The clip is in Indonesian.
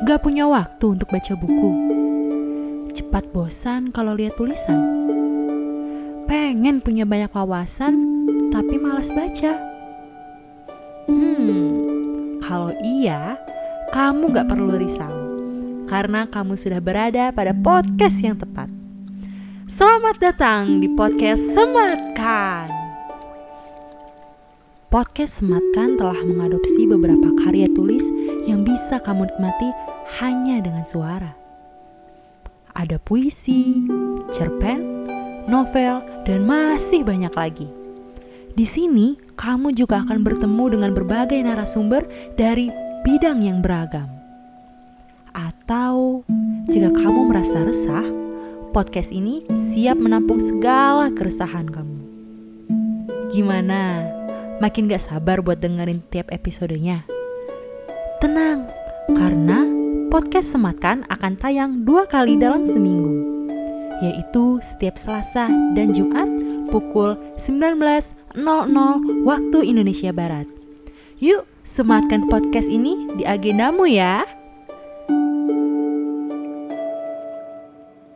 Gak punya waktu untuk baca buku. Cepat bosan kalau lihat tulisan. Pengen punya banyak wawasan, tapi malas baca. Kalau iya, kamu gak perlu risau, karena kamu sudah berada pada podcast yang tepat. Selamat datang di podcast Sematkan. Podcast Sematkan telah mengadopsi beberapa karya tulis yang bisa kamu nikmati hanya dengan suara. Ada puisi, cerpen, novel, dan masih banyak lagi. Di sini, kamu juga akan bertemu dengan berbagai narasumber dari bidang yang beragam. Atau, jika kamu merasa resah, podcast ini siap menampung segala keresahan kamu. Gimana? Makin gak sabar buat dengerin tiap episodenya? Tenang, karena podcast Sematkan akan tayang 2 kali dalam seminggu, yaitu setiap Selasa dan Jumat pukul 19.00 waktu Indonesia Barat. Yuk, sematkan podcast ini di agendamu ya.